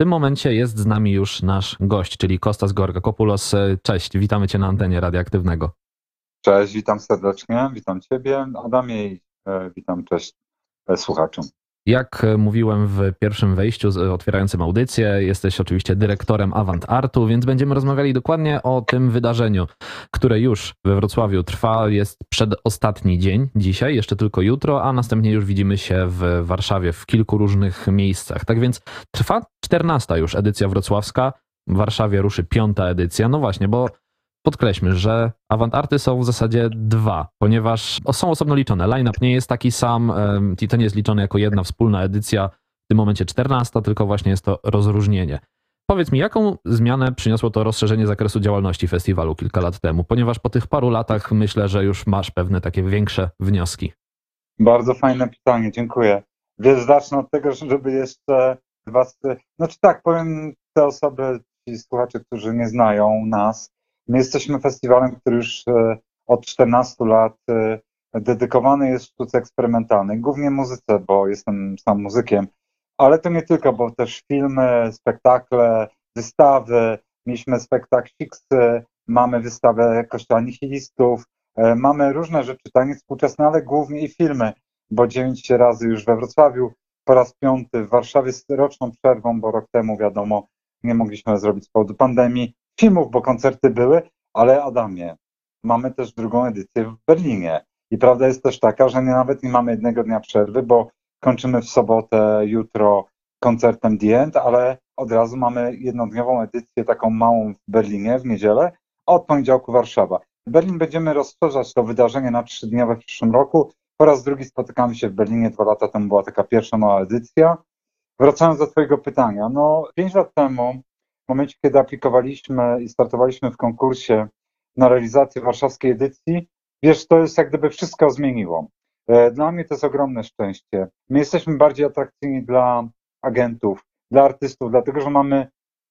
tym momencie jest z nami już nasz gość, czyli Kostas Georgakopoulos. Cześć, witamy Cię na antenie Radioaktywnego. Cześć, witam serdecznie, witam Ciebie, Adamie i witam, cześć słuchaczom. Jak mówiłem w pierwszym wejściu otwierającym audycję, jesteś oczywiście dyrektorem Avant Artu, więc będziemy rozmawiali dokładnie o tym wydarzeniu, które już we Wrocławiu trwa. Jest przedostatni dzień dzisiaj, jeszcze tylko jutro, a następnie już widzimy się w Warszawie w kilku różnych miejscach. Tak więc trwa 14. już edycja wrocławska, w Warszawie ruszy 5. edycja. No właśnie, bo podkreślmy, że awantarty są w zasadzie dwa, ponieważ są osobno liczone. Line-up nie jest taki sam i to nie jest liczone jako jedna wspólna edycja, w tym momencie 14, tylko właśnie jest to rozróżnienie. Powiedz mi, jaką zmianę przyniosło to rozszerzenie zakresu działalności festiwalu kilka lat temu? Ponieważ po tych paru latach myślę, że już masz pewne takie większe wnioski. Bardzo fajne pytanie, dziękuję. Wiesz, zacznę od tego, żeby jeszcze Was, znaczy tak, powiem te osoby, ci słuchacze, którzy nie znają nas. My jesteśmy festiwalem, który już od 14 lat dedykowany jest sztuce eksperymentalnej, głównie muzyce, bo jestem sam muzykiem, ale to nie tylko, bo też filmy, spektakle, wystawy, mieliśmy spektakl Fiksy, mamy wystawę Kościoła Nihilistów, mamy różne rzeczy, taniec współczesny, ale głównie i filmy, bo 9 razy już we Wrocławiu, po raz 5 w Warszawie z roczną przerwą, bo rok temu wiadomo, nie mogliśmy zrobić z powodu pandemii filmów, bo koncerty były, ale Adamie, mamy też drugą edycję w Berlinie. I prawda jest też taka, że nawet nie mamy jednego dnia przerwy, bo kończymy w sobotę, jutro koncertem The End, ale od razu mamy jednodniową edycję taką małą w Berlinie w niedzielę, a od poniedziałku Warszawa. W Berlin będziemy rozszerzać to wydarzenie na 3-dniowe w przyszłym roku. Po raz drugi spotykamy się w Berlinie, 2 lata temu była taka pierwsza mała edycja. Wracając do Twojego pytania, no 5 lat temu, w momencie kiedy aplikowaliśmy i startowaliśmy w konkursie na realizację warszawskiej edycji, wiesz, to jest jak gdyby wszystko zmieniło. Dla mnie to jest ogromne szczęście. My jesteśmy bardziej atrakcyjni dla agentów, dla artystów, dlatego że mamy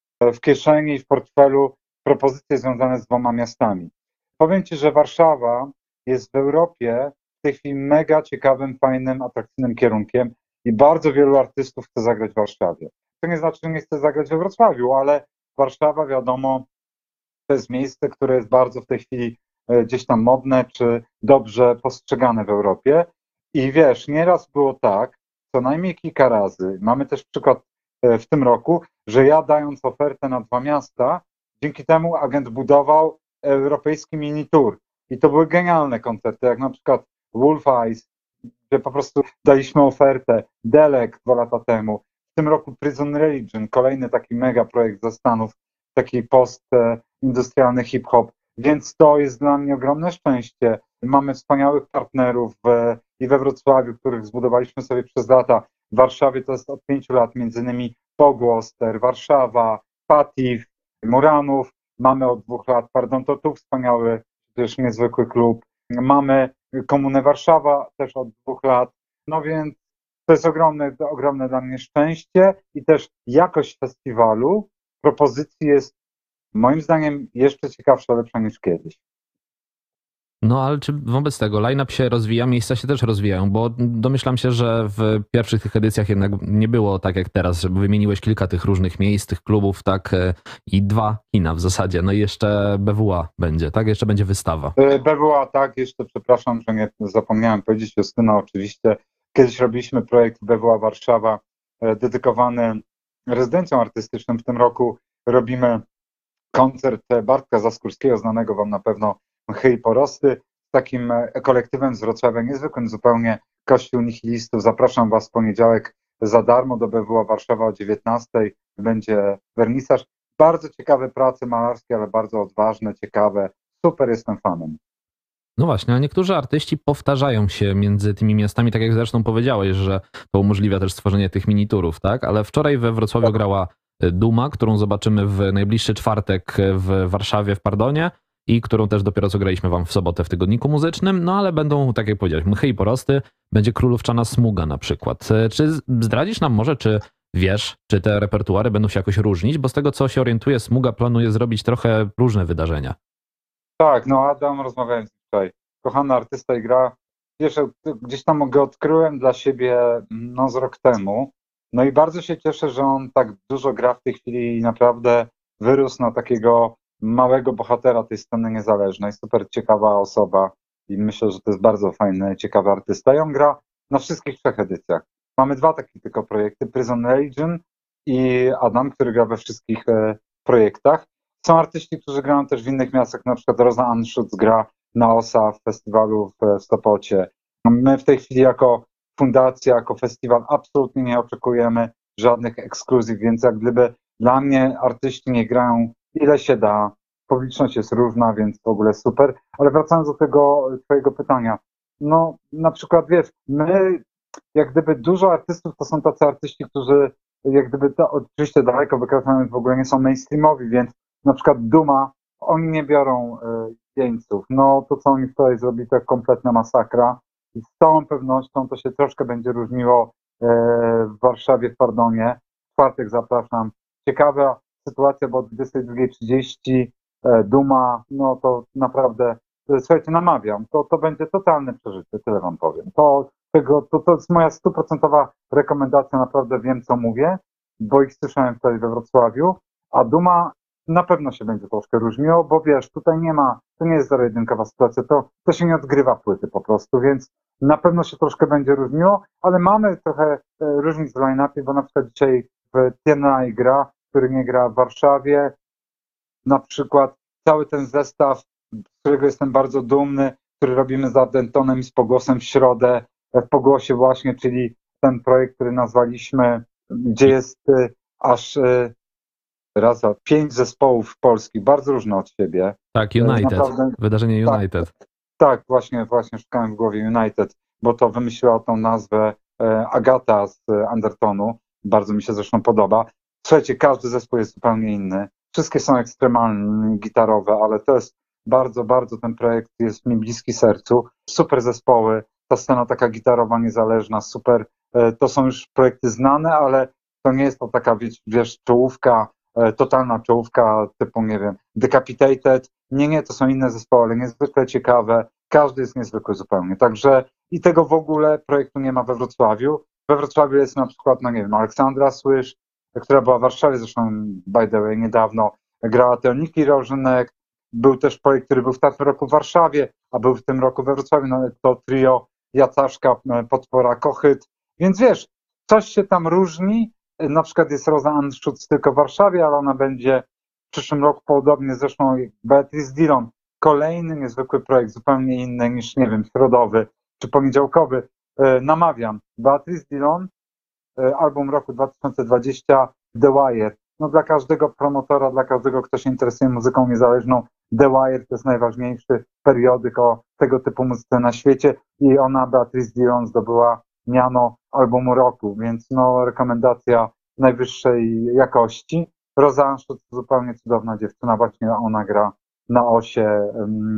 w kieszeni i w portfelu propozycje związane z 2 miastami. Powiem Ci, że Warszawa jest w Europie w tej chwili mega ciekawym, fajnym, atrakcyjnym kierunkiem i bardzo wielu artystów chce zagrać w Warszawie. To nie znaczy, że nie chce zagrać we Wrocławiu, ale Warszawa, wiadomo, to jest miejsce, które jest bardzo w tej chwili gdzieś tam modne, czy dobrze postrzegane w Europie. I wiesz, nieraz było tak, co najmniej kilka razy, mamy też przykład w tym roku, że ja dając ofertę na 2 miasta, dzięki temu agent budował europejski mini tour. I to były genialne koncerty, jak na przykład Wolf Eyes, gdzie po prostu daliśmy ofertę, Delek 2 lata temu, w tym roku Prison Religion, kolejny taki mega projekt ze Stanów, taki post-industrialny hip-hop, więc to jest dla mnie ogromne szczęście. Mamy wspaniałych partnerów i we Wrocławiu, których zbudowaliśmy sobie przez lata. W Warszawie to jest od 5 lat, między innymi Pogłoster, Warszawa, Patif, Muranów. Mamy od 2 lat, pardon, to tu wspaniały, też niezwykły klub. Mamy Komunę Warszawa też od 2 lat. No więc to jest ogromne dla mnie szczęście i też jakość festiwalu, propozycji jest moim zdaniem jeszcze ciekawsza, lepsza niż kiedyś. No ale czy wobec tego line-up się rozwija, miejsca się też rozwijają, bo domyślam się, że w pierwszych tych edycjach jednak nie było tak jak teraz, że wymieniłeś kilka tych różnych miejsc, tych klubów, tak, i 2 kina w zasadzie, no i jeszcze BWA będzie, tak? Jeszcze będzie wystawa. BWA, tak, jeszcze przepraszam, że nie zapomniałem powiedzieć, Justyna, oczywiście. Kiedyś robiliśmy projekt BWA Warszawa dedykowany rezydencjom artystycznym. W tym roku robimy koncert Bartka Zaskórskiego, znanego Wam na pewno Mchy i Porosty, z takim kolektywem z Wrocławia, niezwykłym zupełnie, Kościół Nihilistów. Zapraszam Was w poniedziałek za darmo do BWA Warszawa o 19:00. Będzie wernisaż. Bardzo ciekawe prace malarskie, ale bardzo odważne, ciekawe. Super, jestem fanem. No właśnie, a niektórzy artyści powtarzają się między tymi miastami, tak jak zresztą powiedziałeś, że to umożliwia też stworzenie tych miniturów, tak? Ale wczoraj we Wrocławiu grała Duma, którą zobaczymy w najbliższy czwartek w Warszawie, w Pardonie i którą też dopiero co graliśmy wam w sobotę w Tygodniku Muzycznym, no ale będą, tak jak powiedziałeś, Mchy i Porosty, będzie Królówczana Smuga na przykład. Czy zdradzisz nam może, czy wiesz, czy te repertuary będą się jakoś różnić? Bo z tego, co się orientuję, Smuga planuje zrobić trochę różne wydarzenia. Tak, no Adam, rozmawiałem z nim tutaj. Kochany artysta i gra. Wiesz, gdzieś tam go odkryłem dla siebie no, z rok temu. No i bardzo się cieszę, że on tak dużo gra w tej chwili i naprawdę wyrósł na takiego małego bohatera tej sceny niezależnej. Super ciekawa osoba i myślę, że to jest bardzo fajny, ciekawy artysta. I on gra na wszystkich 3 edycjach. Mamy 2 takie tylko projekty, Prison Legion i Adam, który gra we wszystkich projektach. Są artyści, którzy grają też w innych miastach, na przykład Rosa Anschutz gra na OSA w festiwalu w Sopocie. My w tej chwili jako fundacja, jako festiwal absolutnie nie oczekujemy żadnych ekskluzyw, więc jak gdyby dla mnie artyści nie grają ile się da, publiczność jest różna, więc w ogóle super. Ale wracając do tego twojego pytania, no na przykład wiesz, my jak gdyby dużo artystów to są tacy artyści, którzy jak gdyby to oczywiście daleko wykraczają, w ogóle nie są mainstreamowi, więc na przykład Duma, oni nie biorą jeńców. No to co oni wczoraj zrobili, to kompletna masakra. I z całą pewnością to się troszkę będzie różniło w Warszawie, w Pardonie. W czwartek zapraszam. Ciekawa sytuacja, bo o 22:30 Duma, no to naprawdę, słuchajcie, namawiam, to będzie totalne przeżycie, tyle wam powiem. To jest moja 100% rekomendacja, naprawdę wiem, co mówię, bo ich słyszałem wtedy we Wrocławiu, a Duma na pewno się będzie troszkę różniło, bo wiesz, tutaj nie ma, to nie jest zero-jedynkowa sytuacja, to się nie odgrywa płyty po prostu, więc na pewno się troszkę będzie różniło, ale mamy trochę różnic w line-upie, bo na przykład dzisiaj w TNI gra, który nie gra w Warszawie, na przykład cały ten zestaw, z którego jestem bardzo dumny, który robimy z Ardentonem i z Pogłosem w środę, w Pogłosie właśnie, czyli ten projekt, który nazwaliśmy, gdzie jest aż 5 zespołów polskich, bardzo różne od siebie. Tak, United, naprawdę, wydarzenie United. Tak, właśnie szukałem w głowie United, bo to wymyśliła tą nazwę Agata z Undertonu, bardzo mi się zresztą podoba. Słuchajcie, każdy zespół jest zupełnie inny, wszystkie są ekstremalnie gitarowe, ale to jest bardzo, bardzo ten projekt jest mi bliski sercu. Super zespoły, ta scena taka gitarowa, niezależna, super. To są już projekty znane, ale to nie jest to taka, wiesz, czołówka, totalna czołówka typu, nie wiem, Decapitated. Nie, to są inne zespoły, ale niezwykle ciekawe. Każdy jest niezwykły zupełnie. Także i tego w ogóle projektu nie ma we Wrocławiu. We Wrocławiu jest na przykład, no nie wiem, Aleksandra Słysz, która była w Warszawie zresztą, by the way, niedawno. Grała Teoniki Rożynek. Był też projekt, który był w tamtym roku w Warszawie, a był w tym roku we Wrocławiu. No, to trio Jacaszka, Potwora, Kochyt. Więc wiesz, coś się tam różni. Na przykład jest Rosa Anschutz tylko w Warszawie, ale ona będzie w przyszłym roku podobnie, zresztą Beatrice Dillon. Kolejny niezwykły projekt, zupełnie inny niż, nie wiem, środowy czy poniedziałkowy. Namawiam. Beatrice Dillon, album roku 2020, The Wire. No dla każdego promotora, dla każdego, kto się interesuje muzyką niezależną, The Wire to jest najważniejszy periodyk o tego typu muzyce na świecie i ona, Beatrice Dillon, zdobyła miano albumu roku, więc no rekomendacja najwyższej jakości. Rosa Anschutz to zupełnie cudowna dziewczyna, właśnie ona gra na Osie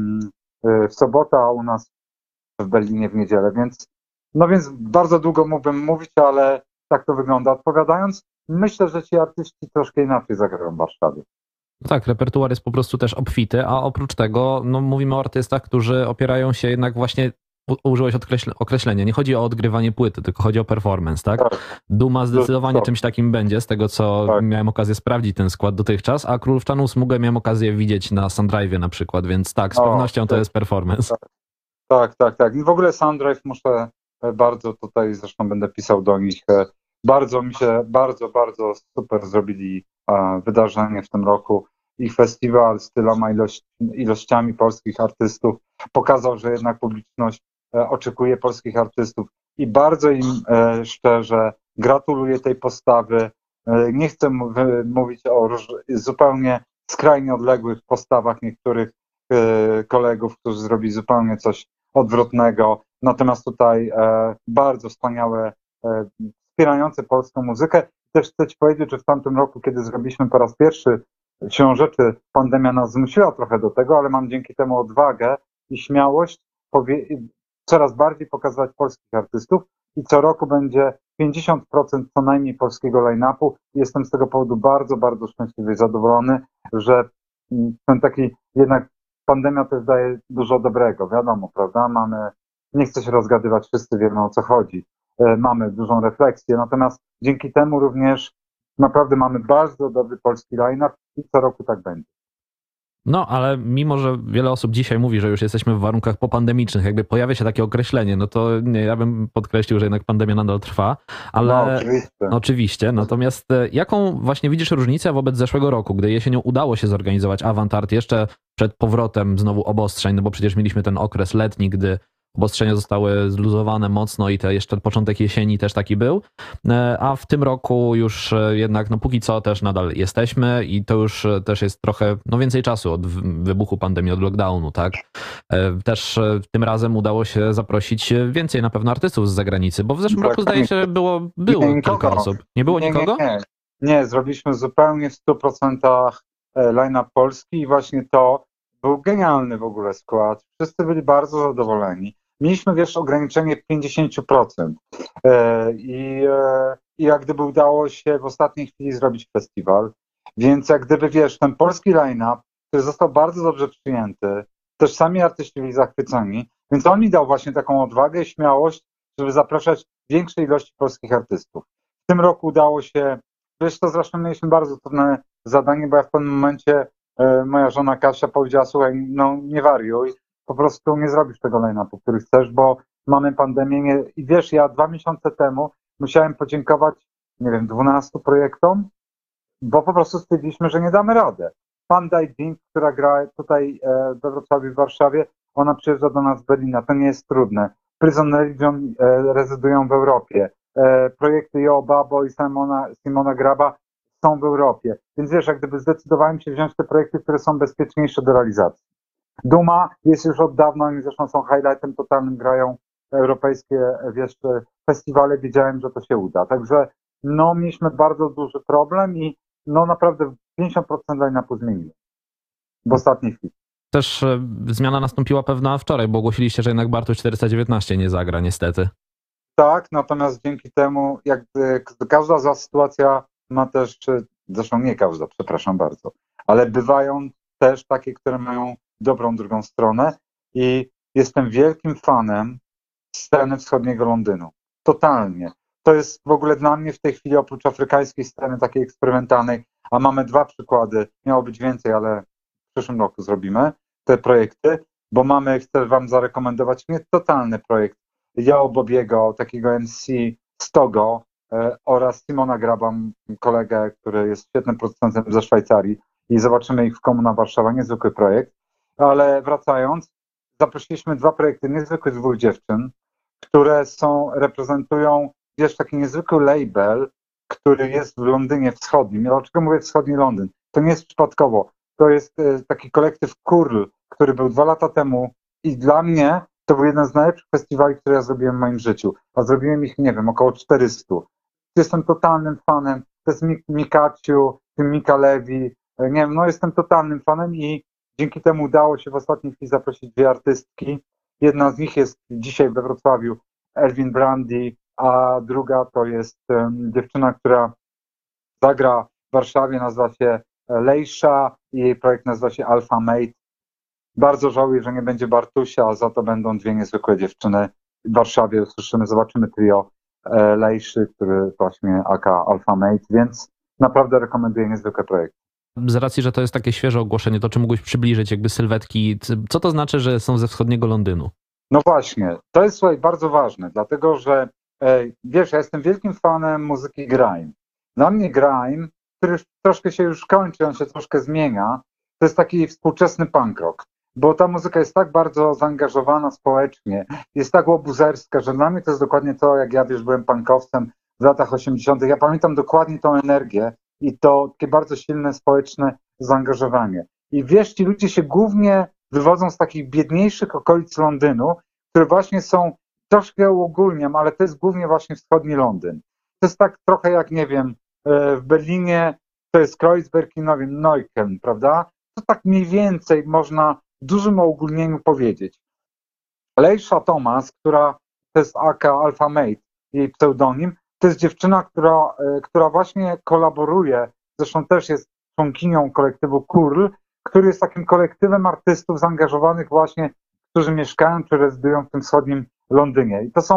w sobotę, a u nas w Berlinie w niedzielę, więc bardzo długo mógłbym mówić, ale tak to wygląda. Odpowiadając, myślę, że ci artyści troszkę inaczej zagrają w Warszawie. No tak, repertuar jest po prostu też obfity, a oprócz tego no, mówimy o artystach, którzy opierają się jednak właśnie, użyłeś określenia, nie chodzi o odgrywanie płyty, tylko chodzi o performance, tak? Duma zdecydowanie czymś takim będzie, z tego co miałem okazję sprawdzić ten skład dotychczas, a Królewszczanu Smugę miałem okazję widzieć na Sundrive'ie na przykład, więc tak, z pewnością to jest performance. Tak. W ogóle Sundrive muszę bardzo tutaj, zresztą będę pisał do nich, bardzo mi się, bardzo super zrobili wydarzenie w tym roku. Ich festiwal z tyloma ilościami polskich artystów pokazał, że jednak publiczność oczekuje polskich artystów i bardzo im szczerze gratuluję tej postawy. Nie chcę mówić o zupełnie skrajnie odległych postawach niektórych kolegów, którzy zrobili zupełnie coś odwrotnego. Natomiast tutaj bardzo wspaniałe, wspierające polską muzykę. Też chcę ci powiedzieć, że w tamtym roku, kiedy zrobiliśmy po raz pierwszy siłą rzeczy, pandemia nas zmusiła trochę do tego, ale mam dzięki temu odwagę i śmiałość coraz bardziej pokazywać polskich artystów i co roku będzie 50% co najmniej polskiego line-upu. Jestem z tego powodu bardzo szczęśliwy i zadowolony, że ten taki jednak pandemia też daje dużo dobrego, wiadomo, prawda? Nie chcę się rozgadywać, wszyscy wiemy o co chodzi, mamy dużą refleksję. Natomiast dzięki temu również naprawdę mamy bardzo dobry polski line-up i co roku tak będzie. No, ale mimo, że wiele osób dzisiaj mówi, że już jesteśmy w warunkach popandemicznych, jakby pojawia się takie określenie, no to nie, ja bym podkreślił, że jednak pandemia nadal trwa, ale No, oczywiście. Natomiast jaką właśnie widzisz różnicę wobec zeszłego roku, gdy jesienią udało się zorganizować Avantart jeszcze przed powrotem znowu obostrzeń, no bo przecież mieliśmy ten okres letni, gdy obostrzenia zostały zluzowane mocno i te jeszcze początek jesieni też taki był, a w tym roku już jednak, no póki co też nadal jesteśmy i to już też jest trochę, no więcej czasu od wybuchu pandemii, od lockdownu, tak? Też tym razem udało się zaprosić więcej na pewno artystów z zagranicy, bo w zeszłym roku zdaje się było kilka osób. Nie było nikogo? Nie, zrobiliśmy zupełnie w 100% line-up polski i właśnie to był genialny w ogóle skład. Wszyscy byli bardzo zadowoleni. Mieliśmy, wiesz, ograniczenie 50%. I jak gdyby udało się w ostatniej chwili zrobić festiwal. Więc jak gdyby, wiesz, ten polski line-up, który został bardzo dobrze przyjęty, też sami artyści byli zachwyceni, więc on mi dał właśnie taką odwagę i śmiałość, żeby zapraszać większej ilości polskich artystów. W tym roku udało się, wiesz, to zresztą mieliśmy bardzo trudne zadanie, bo ja w pewnym momencie moja żona Kasia powiedziała, słuchaj, no nie wariuj, po prostu nie zrobisz tego line-upu, który chcesz, bo mamy pandemię. I wiesz, ja 2 miesiące temu musiałem podziękować, nie wiem, 12 projektom, bo po prostu stwierdziliśmy, że nie damy rady. Panda i Ding, która gra tutaj we Wrocławiu i w Warszawie, ona przyjeżdża do nas z Berlina, to nie jest trudne. Prison Religion rezydują w Europie. Projekty Jo Babo i Simona Graba są w Europie. Więc wiesz, jak gdyby zdecydowałem się wziąć te projekty, które są bezpieczniejsze do realizacji. Duma jest już od dawna, oni zresztą są highlightem totalnym, grają europejskie, wiesz, festiwale, wiedziałem, że to się uda. Także no, mieliśmy bardzo duży problem i no naprawdę 50% line-upu zmieniło w ostatniej chwili. Też zmiana nastąpiła pewna wczoraj, bo ogłosiliście, że jednak Bartuś 419 nie zagra, niestety. Tak, natomiast dzięki temu, jak każda sytuacja ma też, zresztą nie każda, przepraszam bardzo, ale bywają też takie, które mają dobrą drugą stronę i jestem wielkim fanem sceny wschodniego Londynu. Totalnie. To jest w ogóle dla mnie w tej chwili oprócz afrykańskiej sceny takiej eksperymentalnej, a mamy 2 przykłady, miało być więcej, ale w przyszłym roku zrobimy te projekty, bo chcę wam zarekomendować totalny projekt Yao Bobiego, takiego MC Stogo oraz Simona Graba, kolegę, który jest świetnym producentem ze Szwajcarii i zobaczymy ich w Komuna Warszawa, niezwykły projekt. Ale wracając, zaprosiliśmy 2 projekty niezwykłych 2 dziewczyn, które reprezentują, wiesz, taki niezwykły label, który jest w Londynie Wschodnim. Dlaczego mówię Wschodni Londyn? To nie jest przypadkowo. To jest taki kolektyw Kurl, który był 2 lata temu i dla mnie to był jeden z najlepszych festiwali, które ja zrobiłem w moim życiu. A zrobiłem ich, nie wiem, około 400. Jestem totalnym fanem. To jest Mikaciu, Mika Levi. Nie wiem, no jestem totalnym fanem i dzięki temu udało się w ostatniej chwili zaprosić 2 artystki. Jedna z nich jest dzisiaj we Wrocławiu, Elvin Brandy, a druga to jest dziewczyna, która zagra w Warszawie, nazywa się Lejsza i jej projekt nazywa się Alpha Mate. Bardzo żałuję, że nie będzie Bartusia, a za to będą 2 niezwykłe dziewczyny. W Warszawie usłyszymy, zobaczymy trio Lejszy, który właśnie aka Alpha Mate, więc naprawdę rekomenduję niezwykłe projekt. Z racji, że to jest takie świeże ogłoszenie, to czy mógłbyś przybliżyć jakby sylwetki? Co to znaczy, że są ze wschodniego Londynu? No właśnie, to jest słuchaj, bardzo ważne, dlatego że wiesz, ja jestem wielkim fanem muzyki grime. Dla mnie grime, który troszkę się już kończy, on się troszkę zmienia, to jest taki współczesny punk rock, bo ta muzyka jest tak bardzo zaangażowana społecznie, jest tak łobuzerska, że dla mnie to jest dokładnie to, jak ja, wiesz, byłem punkowcem w latach 80. Ja pamiętam dokładnie tą energię i to takie bardzo silne społeczne zaangażowanie. I wiesz, ci ludzie się głównie wywodzą z takich biedniejszych okolic Londynu, które właśnie są, troszkę uogólniam, ale to jest głównie właśnie wschodni Londyn. To jest tak trochę jak, nie wiem, w Berlinie to jest Kreuzberg i Neukölln, prawda? To tak mniej więcej można w dużym uogólnieniu powiedzieć. Lejsza Thomas, która to jest aka Alpha Mate, jej pseudonim, to jest dziewczyna, która właśnie kolaboruje, zresztą też jest członkinią kolektywu Kurl, który jest takim kolektywem artystów zaangażowanych właśnie, którzy mieszkają czy rezydują w tym wschodnim Londynie. I to są,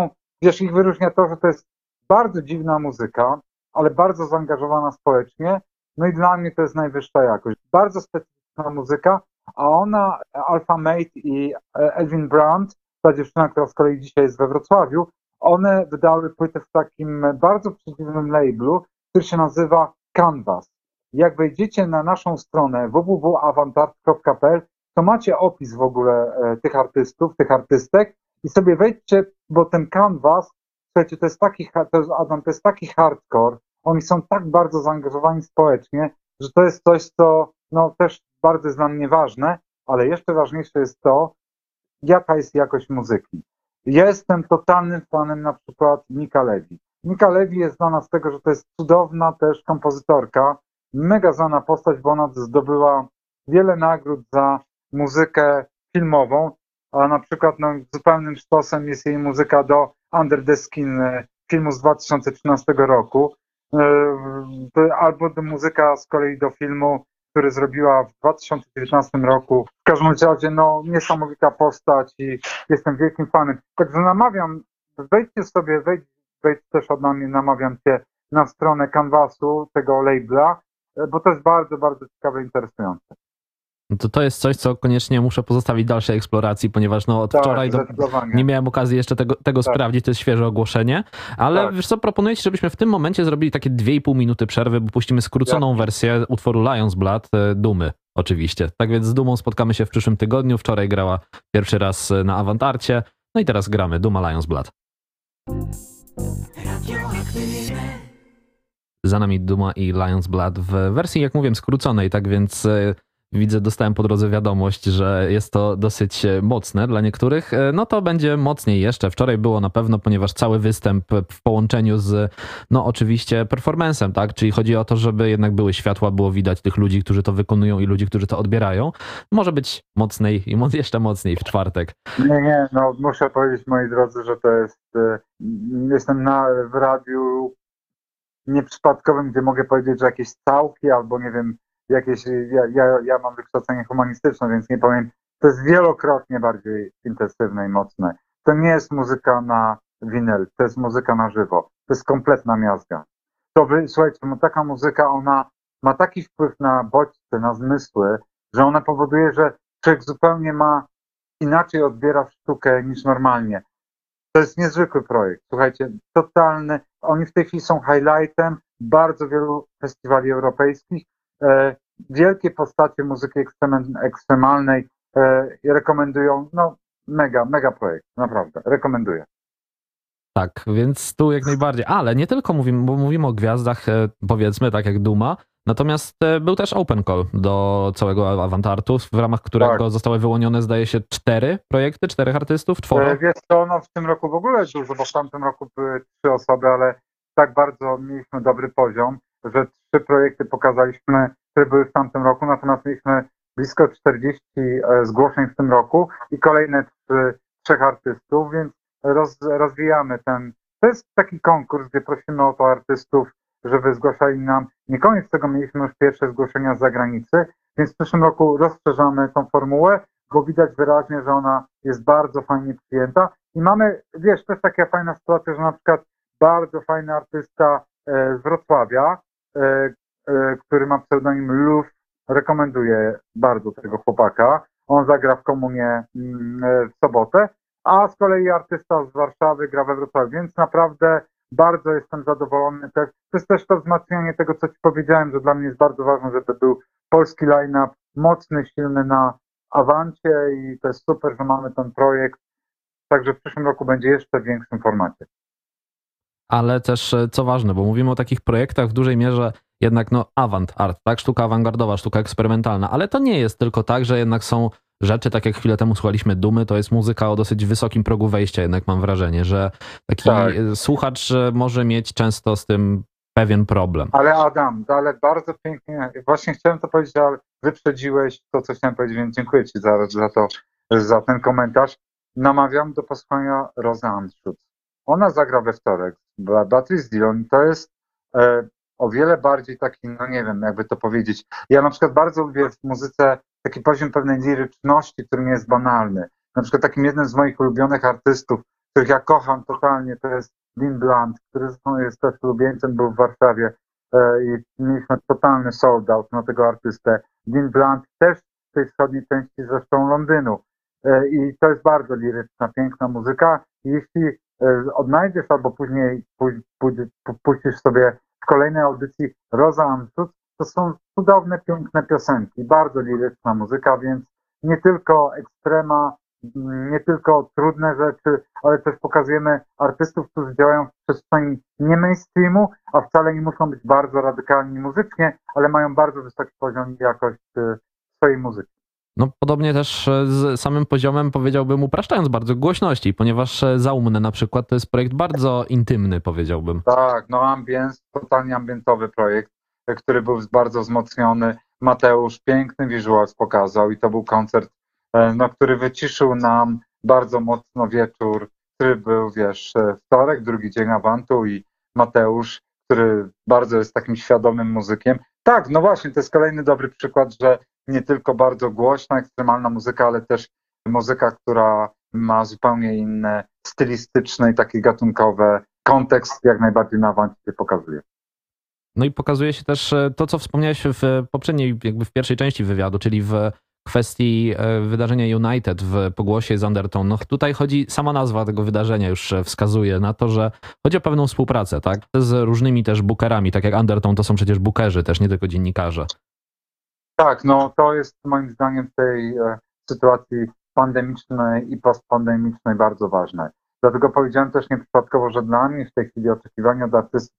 Wiesz, ich wyróżnia to, że to jest bardzo dziwna muzyka, ale bardzo zaangażowana społecznie, no i dla mnie to jest najwyższa jakość. Bardzo specyficzna muzyka, a ona, Alpha Mate i Elvin Brandt, ta dziewczyna, która z kolei dzisiaj jest we Wrocławiu, one wydały płytę w takim bardzo przedziwnym labelu, który się nazywa Canvas. Jak wejdziecie na naszą stronę www.avantart.pl, to macie opis w ogóle tych artystów, tych artystek i sobie wejdźcie, bo ten Canvas, słuchajcie, to jest taki hardcore, oni są tak bardzo zaangażowani społecznie, że to jest coś, co no, też bardzo jest dla mnie ważne, ale jeszcze ważniejsze jest to, jaka jest jakość muzyki. Ja jestem totalnym fanem na przykład Nika Levy. Nika Levy jest znana z tego, że to jest cudowna też kompozytorka, mega znana postać, bo ona zdobyła wiele nagród za muzykę filmową, a na przykład no, zupełnym sztosem jest jej muzyka do Under the Skin, filmu z 2013 roku, albo muzyka z kolei do filmu, który zrobiła w 2019 roku. W każdym razie no, niesamowita postać i jestem wielkim fanem. Także namawiam, wejdź też od nami, namawiam Cię na stronę Canvasu, tego labela, bo to jest bardzo, bardzo ciekawe i interesujące. To jest coś, co koniecznie muszę pozostawić dalszej eksploracji, ponieważ no od wczoraj nie miałem okazji jeszcze tego sprawdzić, to jest świeże ogłoszenie, ale wiesz co, proponuję Ci, żebyśmy w tym momencie zrobili takie 2,5 minuty przerwy, bo puścimy skróconą wersję utworu Lions Blood, Dumy oczywiście. Tak więc z Dumą spotkamy się w przyszłym tygodniu, wczoraj grała pierwszy raz na Avantarcie, no i teraz gramy Duma Lions Blood. Za nami Duma i Lions Blood w wersji, jak mówiłem, skróconej, tak więc widzę, dostałem po drodze wiadomość, że jest to dosyć mocne dla niektórych. No to będzie mocniej jeszcze. Wczoraj było na pewno, ponieważ cały występ w połączeniu z, no oczywiście, performancem, tak? Czyli chodzi o to, żeby jednak były światła, było widać tych ludzi, którzy to wykonują i ludzi, którzy to odbierają. Może być mocniej i jeszcze mocniej w czwartek. Nie, no muszę powiedzieć, moi drodzy, że to jest, jestem w radiu nieprzypadkowym, gdzie mogę powiedzieć, że jakieś całki albo nie wiem, ja mam wykształcenie humanistyczne, więc nie powiem, to jest wielokrotnie bardziej intensywne i mocne. To nie jest muzyka na winyl, to jest muzyka na żywo. To jest kompletna miazga. Słuchajcie, taka muzyka, ona ma taki wpływ na bodźce, na zmysły, że ona powoduje, że człowiek zupełnie inaczej odbiera sztukę niż normalnie. To jest niezwykły projekt. Słuchajcie, totalny. Oni w tej chwili są highlightem bardzo wielu festiwali europejskich. Wielkie postacie muzyki ekstremalnej rekomendują, no mega projekt, naprawdę, rekomenduję. Tak, więc tu jak najbardziej, ale nie tylko mówimy o gwiazdach, powiedzmy, tak jak Duma, natomiast był też open call do całego Avantartu, w ramach którego zostały wyłonione, zdaje się, 4 projekty, 4 artystów, tworo. Wiesz co, no w tym roku w ogóle jest dużo, bo w tamtym roku były 3 osoby, ale tak bardzo mieliśmy dobry poziom, że 3 projekty pokazaliśmy, które były w tamtym roku, natomiast mieliśmy blisko 40 zgłoszeń w tym roku i kolejne 3 artystów, więc rozwijamy ten. To jest taki konkurs, gdzie prosimy o to artystów, żeby zgłaszali nam. Nie koniec tego, mieliśmy już pierwsze zgłoszenia z zagranicy, więc w przyszłym roku rozszerzamy tą formułę, bo widać wyraźnie, że ona jest bardzo fajnie przyjęta. I mamy, wiesz, też taka fajna sytuacja, że na przykład bardzo fajny artysta z Wrocławia, który ma pseudonim Luf, rekomenduję bardzo tego chłopaka. On zagra w Komunie w sobotę, a z kolei artysta z Warszawy gra we Wrocławiu, więc naprawdę bardzo jestem zadowolony. To jest też to wzmacnianie tego, co Ci powiedziałem, że dla mnie jest bardzo ważne, żeby był polski line-up mocny, silny na Avancie i to jest super, że mamy ten projekt. Także w przyszłym roku będzie jeszcze w większym formacie. Ale też, co ważne, bo mówimy o takich projektach w dużej mierze jednak avant art, tak? Sztuka awangardowa, sztuka eksperymentalna, ale to nie jest tylko tak, że jednak są rzeczy, tak jak chwilę temu słuchaliśmy Dumy, to jest muzyka o dosyć wysokim progu wejścia, jednak mam wrażenie, że taki słuchacz może mieć często z tym pewien problem. Ale Adam, bardzo pięknie, właśnie chciałem to powiedzieć, ale wyprzedziłeś to, co chciałem powiedzieć, więc dziękuję Ci za ten komentarz. Namawiam do posłuchania Rozy Anschutz. Ona zagra we wtorek, Beatrice Dillon, to jest o wiele bardziej taki, no nie wiem, jakby to powiedzieć. Ja na przykład bardzo lubię w muzyce taki poziom pewnej liryczności, który nie jest banalny. Na przykład takim jednym z moich ulubionych artystów których ja kocham totalnie, to jest Dean Blunt, który zresztą jest też ulubieńcem, był w Warszawie i mieliśmy totalny sold out na tego artystę. Dean Blunt też w tej wschodniej części zresztą Londynu. I to jest bardzo liryczna, piękna muzyka. Jeśli odnajdziesz albo później puścisz sobie w kolejnej audycji Rosa Amsud, to są cudowne, piękne piosenki, bardzo liryczna muzyka, więc nie tylko ekstrema, nie tylko trudne rzeczy, ale też pokazujemy artystów, którzy działają w przestrzeni nie mainstreamu, a wcale nie muszą być bardzo radykalni muzycznie, ale mają bardzo wysoki poziom i jakość swojej muzyki. No podobnie też z samym poziomem, powiedziałbym, upraszczając bardzo, głośności, ponieważ Zaumne na przykład to jest projekt bardzo intymny, powiedziałbym. Tak, no Ambience, totalnie ambientowy projekt, który był bardzo wzmocniony. Mateusz piękny wizual pokazał i to był koncert, no, który wyciszył nam bardzo mocno wieczór, który był, wiesz, wtorek, drugi dzień awantu i Mateusz, który bardzo jest takim świadomym muzykiem. Tak, no właśnie, to jest kolejny dobry przykład, że nie tylko bardzo głośna, ekstremalna muzyka, ale też muzyka, która ma zupełnie inne stylistyczne i takie gatunkowe kontekst, jak najbardziej na awancie pokazuje. No i pokazuje się też to, co wspomniałeś w poprzedniej, jakby w pierwszej części wywiadu, czyli w kwestii wydarzenia United w pogłosie z Undertone. No tutaj chodzi, sama nazwa tego wydarzenia już wskazuje na to, że chodzi o pewną współpracę, tak? Z różnymi też bookerami, tak jak Undertone to są przecież bookerzy też, nie tylko dziennikarze. Tak, no to jest moim zdaniem w tej sytuacji pandemicznej i postpandemicznej bardzo ważne. Dlatego powiedziałem też nieprzypadkowo, że dla mnie w tej chwili oczekiwania od artystów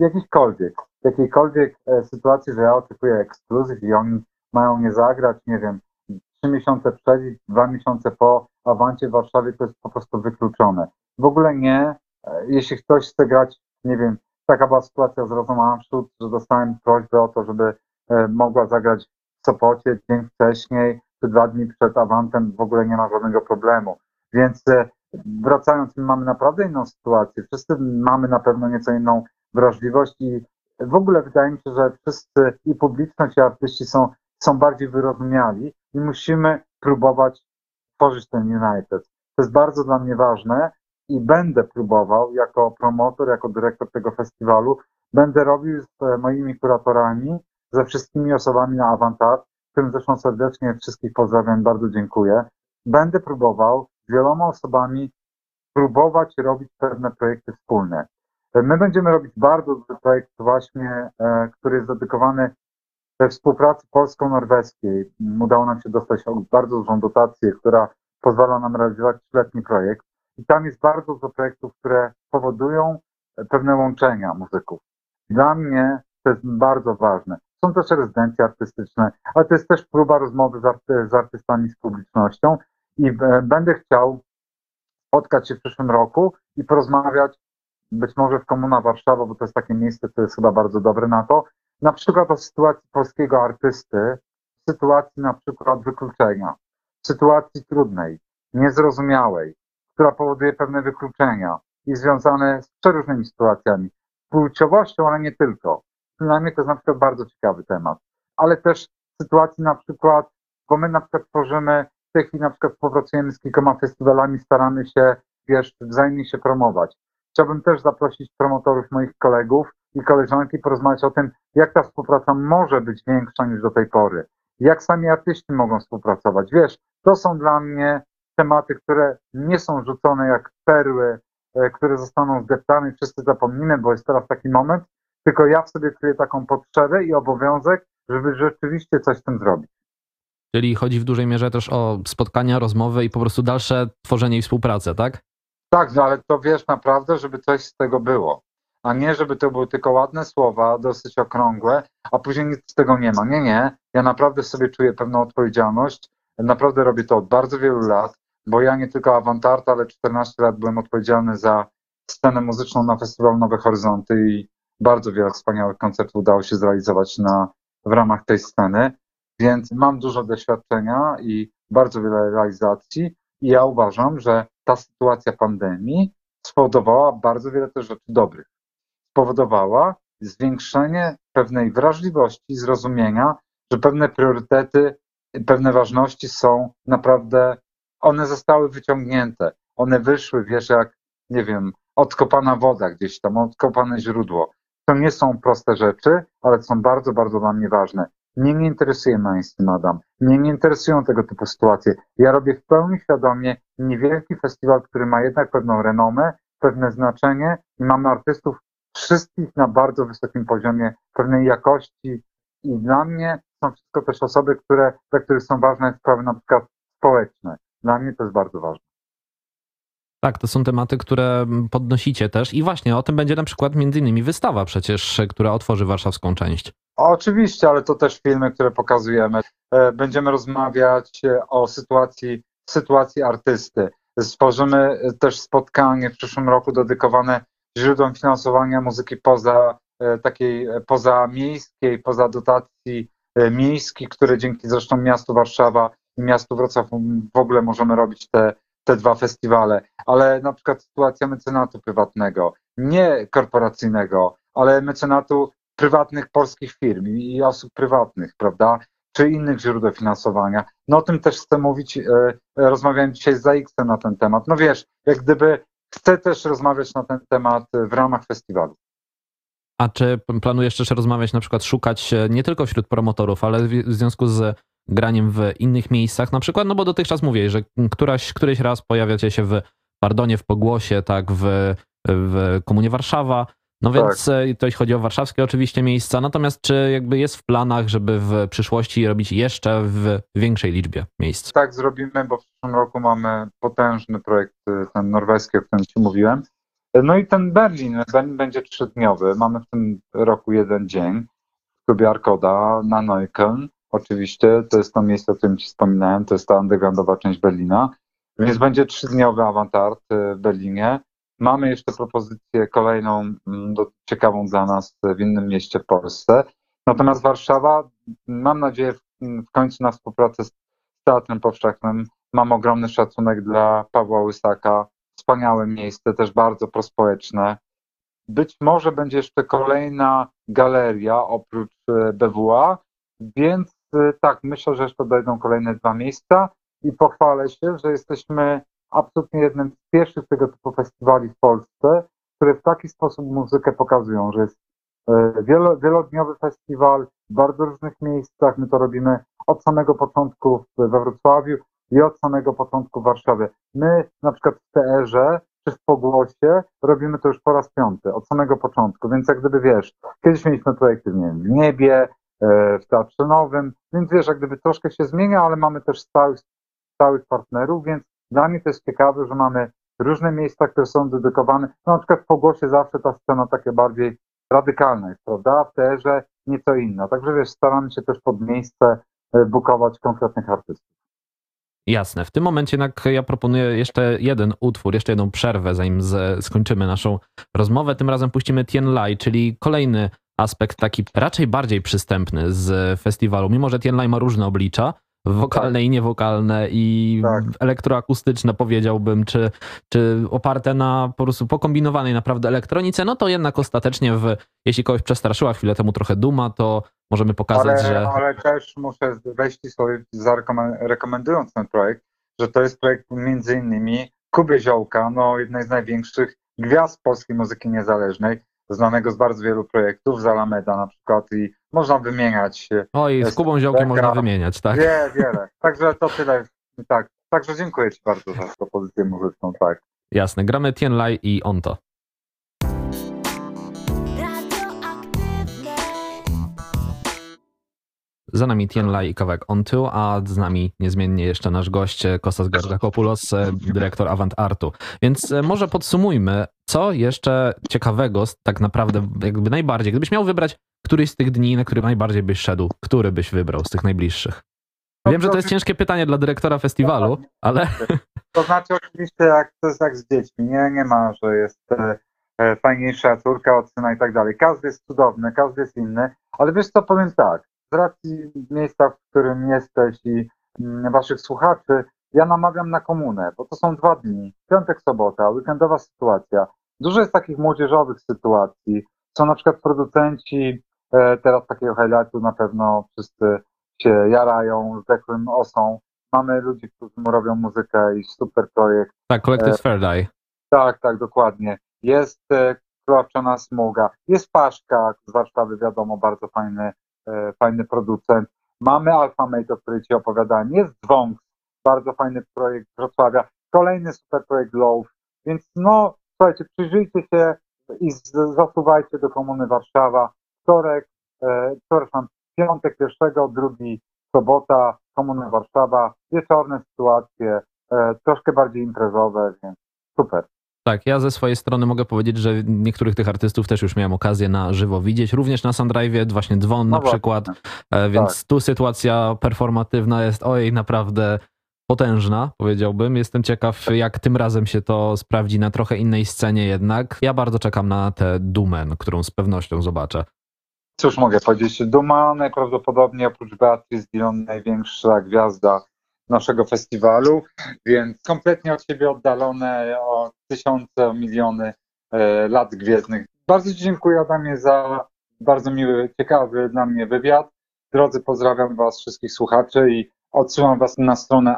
w jakiejkolwiek sytuacji, że ja oczekuję ekskluzyw i oni mają nie zagrać, nie wiem, 3 miesiące przed i 2 miesiące po awancie w Warszawie, to jest po prostu wykluczone. W ogóle nie. Jeśli ktoś chce grać, nie wiem, taka była sytuacja z Rosą Amsud, że dostałem prośbę o to, żeby mogła zagrać w Sopocie dzień wcześniej, czy 2 dni przed awantem, w ogóle nie ma żadnego problemu. Więc wracając, my mamy naprawdę inną sytuację. Wszyscy mamy na pewno nieco inną wrażliwość i w ogóle wydaje mi się, że wszyscy i publiczność, i artyści są bardziej wyrozumiali i musimy próbować tworzyć ten United. To jest bardzo dla mnie ważne i będę próbował jako promotor, jako dyrektor tego festiwalu, będę robił z moimi kuratorami, ze wszystkimi osobami na Avantart, którym zresztą serdecznie wszystkich pozdrawiam, bardzo dziękuję. Będę próbował z wieloma osobami próbować robić pewne projekty wspólne. My będziemy robić bardzo duży projekt właśnie, który jest dedykowany współpracy polsko-norweskiej. Udało nam się dostać bardzo dużą dotację, która pozwala nam realizować 3-letni projekt. I tam jest bardzo dużo projektów, które powodują pewne łączenia muzyków. Dla mnie to jest bardzo ważne. Są też rezydencje artystyczne, ale to jest też próba rozmowy z artystami, z publicznością i będę chciał spotkać się w przyszłym roku i porozmawiać być może w Komuna Warszawa, bo to jest takie miejsce, które jest chyba bardzo dobre na to, na przykład o sytuacji polskiego artysty, w sytuacji na przykład wykluczenia, w sytuacji trudnej, niezrozumiałej, która powoduje pewne wykluczenia i związane z przeróżnymi sytuacjami, płciowością, ale nie tylko. Dla mnie to jest na przykład bardzo ciekawy temat, ale też sytuacji na przykład, bo my na przykład tworzymy, w tej chwili na przykład współpracujemy z kilkoma festiwalami, staramy się, wiesz, wzajemnie się promować. Chciałbym też zaprosić promotorów, moich kolegów i koleżanki, porozmawiać o tym, jak ta współpraca może być większa niż do tej pory. Jak sami artyści mogą współpracować. Wiesz, to są dla mnie tematy, które nie są rzucone jak perły, które zostaną zdeptane i wszyscy zapomnimy, bo jest teraz taki moment, tylko ja w sobie czuję taką potrzebę i obowiązek, żeby rzeczywiście coś z tym zrobić. Czyli chodzi w dużej mierze też o spotkania, rozmowy i po prostu dalsze tworzenie i współpracę, tak? Tak, no ale to wiesz naprawdę, żeby coś z tego było, a nie żeby to były tylko ładne słowa, dosyć okrągłe, a później nic z tego nie ma. Nie, ja naprawdę sobie czuję pewną odpowiedzialność, naprawdę robię to od bardzo wielu lat, bo ja nie tylko Avantart, ale 14 lat byłem odpowiedzialny za scenę muzyczną na festiwalu Nowe Horyzonty i bardzo wiele wspaniałych koncertów udało się zrealizować w ramach tej sceny, więc mam dużo doświadczenia i bardzo wiele realizacji i ja uważam, że ta sytuacja pandemii spowodowała bardzo wiele też rzeczy dobrych. Spowodowała zwiększenie pewnej wrażliwości, zrozumienia, że pewne priorytety, pewne ważności są naprawdę, one zostały wyciągnięte. One wyszły, wiesz, jak nie wiem, odkopana woda gdzieś tam, odkopane źródło. To nie są proste rzeczy, ale są bardzo, bardzo dla mnie ważne. Mnie nie interesuje mainstream, Adam. Mnie nie interesują tego typu sytuacje. Ja robię w pełni świadomie niewielki festiwal, który ma jednak pewną renomę, pewne znaczenie i mamy artystów wszystkich na bardzo wysokim poziomie pewnej jakości i dla mnie są wszystko też osoby, dla których są ważne sprawy na przykład społeczne. Dla mnie to jest bardzo ważne. Tak, to są tematy, które podnosicie też i właśnie o tym będzie na przykład między innymi wystawa przecież, która otworzy warszawską część. Oczywiście, ale to też filmy, które pokazujemy. Będziemy rozmawiać o sytuacji artysty. Stworzymy też spotkanie w przyszłym roku dedykowane źródłom finansowania muzyki pozamiejskiej, poza dotacji miejskich, które dzięki zresztą miastu Warszawa i miastu Wrocław w ogóle możemy robić te dwa festiwale. Ale na przykład sytuacja mecenatu prywatnego, nie korporacyjnego, ale mecenatu prywatnych polskich firm i osób prywatnych, prawda? Czy innych źródeł finansowania. No o tym też chcę mówić. Rozmawiałem dzisiaj z ZAX-em na ten temat. No wiesz, jak gdyby chcę też rozmawiać na ten temat w ramach festiwalu. A czy planujesz też rozmawiać, na przykład szukać nie tylko wśród promotorów, ale w związku z graniem w innych miejscach na przykład? No bo dotychczas mówię, że któryś raz pojawiacie się w Pardonie, w Pogłosie, tak, w Komunie Warszawa. No więc to jeśli chodzi o warszawskie oczywiście miejsca, natomiast czy jakby jest w planach, żeby w przyszłości robić jeszcze w większej liczbie miejsc? Tak zrobimy, bo w przyszłym roku mamy potężny projekt, ten norweski, o którym ci mówiłem. No i ten Berlin będzie 3-dniowy. Mamy w tym roku jeden dzień w klubie Arkoda na Neukölln. Oczywiście to jest to miejsce, o którym ci wspominałem, to jest ta undergroundowa część Berlina. Więc będzie 3-dniowy Avantart w Berlinie. Mamy jeszcze propozycję kolejną, ciekawą dla nas w innym mieście w Polsce. Natomiast Warszawa, mam nadzieję w końcu na współpracę z Teatrem Powszechnym. Mam ogromny szacunek dla Pawła Łysaka. Wspaniałe miejsce, też bardzo prospołeczne. Być może będzie jeszcze kolejna galeria oprócz BWA, więc tak, myślę, że jeszcze dojdą kolejne 2 miejsca i pochwalę się, że jesteśmy absolutnie jednym z pierwszych tego typu festiwali w Polsce, które w taki sposób muzykę pokazują, że jest wielodniowy festiwal w bardzo różnych miejscach. My to robimy od samego początku we Wrocławiu i od samego początku w Warszawie. My na przykład w TR-ze czy w Pogłosie robimy to już po raz 5, od samego początku, więc jak gdyby wiesz, kiedyś mieliśmy projekty w Niebie, w Teatrze Nowym, więc wiesz, jak gdyby troszkę się zmienia, ale mamy też stałych partnerów, więc dla mnie to jest ciekawe, że mamy różne miejsca, które są dedykowane. No, na przykład w Pogłosie zawsze ta scena takie bardziej radykalna jest, prawda? W TR-ze nieco inna. Także wiesz, staramy się też pod miejsce bukować konkretnych artystów. Jasne. W tym momencie jednak ja proponuję jeszcze jeden utwór, jeszcze jedną przerwę, zanim skończymy naszą rozmowę. Tym razem puścimy Tien Lai, czyli kolejny aspekt taki raczej bardziej przystępny z festiwalu. Mimo że Tien Lai ma różne oblicza, wokalne i niewokalne i elektroakustyczne powiedziałbym, czy oparte na po prostu pokombinowanej naprawdę elektronice, no to jednak ostatecznie jeśli kogoś przestraszyła chwilę temu trochę duma, to możemy pokazać, że... Ale też muszę wejść sobie rekomendując ten projekt, że to jest projekt między innymi Kuby Ziołka, no jednej z największych gwiazd polskiej muzyki niezależnej, znanego z bardzo wielu projektów, z Alameda na przykład i można wymieniać. Oj, z Kubą Ziołkiem można wymieniać, tak? Wiele. Także to tyle. Tak. Także dziękuję ci bardzo za propozycję muzyczną, tak. Jasne, gramy Tien Lai i On To. Za nami Tien Lai i kawałek On To, a z nami niezmiennie jeszcze nasz gość Kostas Georgakopoulos, dyrektor Avant Artu. Więc może podsumujmy, co jeszcze ciekawego, tak naprawdę jakby najbardziej, gdybyś miał wybrać któryś z tych dni, na który najbardziej byś szedł, który byś wybrał z tych najbliższych? Wiem, że to jest ciężkie pytanie dla dyrektora festiwalu, ale... To znaczy oczywiście to jest jak z dziećmi, nie ma, że jest fajniejsza córka od syna i tak dalej. Każdy jest cudowny, każdy jest inny, ale wiesz co, powiem tak, z racji miejsca, w którym jesteś i waszych słuchaczy, ja namawiam na komunę, bo to są 2 dni, piątek, sobota, weekendowa sytuacja. Dużo jest takich młodzieżowych sytuacji. Są na przykład producenci, teraz takiego highlightu na pewno wszyscy się jarają, zdechłym osą. Mamy ludzi, którzy robią muzykę i super projekt. Tak, Collective Third Eye. Tak, tak, dokładnie. Jest Krawczana Smuga, jest Paszka z Warszawy, wiadomo, bardzo fajny producent. Mamy Alpha Mate, o której Ci opowiadałem. Jest Dzwonk, bardzo fajny projekt z Wrocławia. Kolejny super projekt Low. Więc no, słuchajcie, przyjrzyjcie się i zasuwajcie do Komuny Warszawa. Wtorek, piątek pierwszego, drugi sobota, Komuna Warszawa. Wieczorne sytuacje, troszkę bardziej imprezowe, więc super. Tak, ja ze swojej strony mogę powiedzieć, że niektórych tych artystów też już miałem okazję na żywo widzieć, również na Sundrive'ie, właśnie Dzwon na przykład, więc tak. tu sytuacja performatywna jest naprawdę potężna, powiedziałbym. Jestem ciekaw, jak tym razem się to sprawdzi na trochę innej scenie jednak. Ja bardzo czekam na tę dumę, którą z pewnością zobaczę. Cóż mogę powiedzieć, Duma najprawdopodobniej oprócz Beatrice Dillon największa gwiazda naszego festiwalu, więc kompletnie od siebie oddalone o tysiące, miliony lat gwiezdnych. Bardzo Ci dziękuję, Adamie, za bardzo miły, ciekawy dla mnie wywiad. Drodzy, pozdrawiam Was wszystkich słuchaczy i odsyłam Was na stronę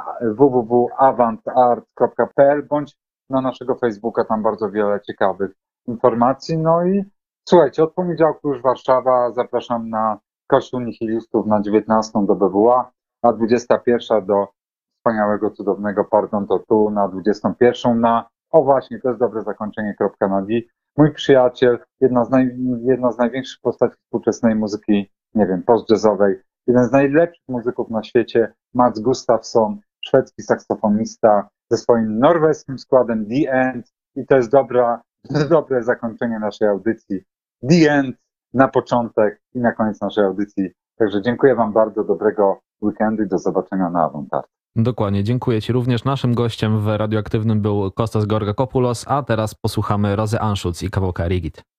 www.avantart.pl bądź na naszego Facebooka, tam bardzo wiele ciekawych informacji. No i słuchajcie, od poniedziałku już Warszawa, zapraszam na Kościół Nihilistów na 19 do BWA, na 21 do wspaniałego, cudownego Pardon to tu, na 21 o właśnie, to jest dobre zakończenie, kropka na D. Mój przyjaciel, jedna z największych postaci współczesnej muzyki, nie wiem, post-jazzowej, jeden z najlepszych muzyków na świecie, Mats Gustafsson, szwedzki saksofonista ze swoim norweskim składem The End i to jest dobre zakończenie naszej audycji. The End na początek i na koniec naszej audycji. Także dziękuję Wam bardzo, dobrego weekendu i do zobaczenia na Avantart. Dokładnie, dziękuję Ci również. Naszym gościem w Radioaktywnym był Kostas Georgakopoulos, a teraz posłuchamy Rozy Anschutz i kawałka Rigid.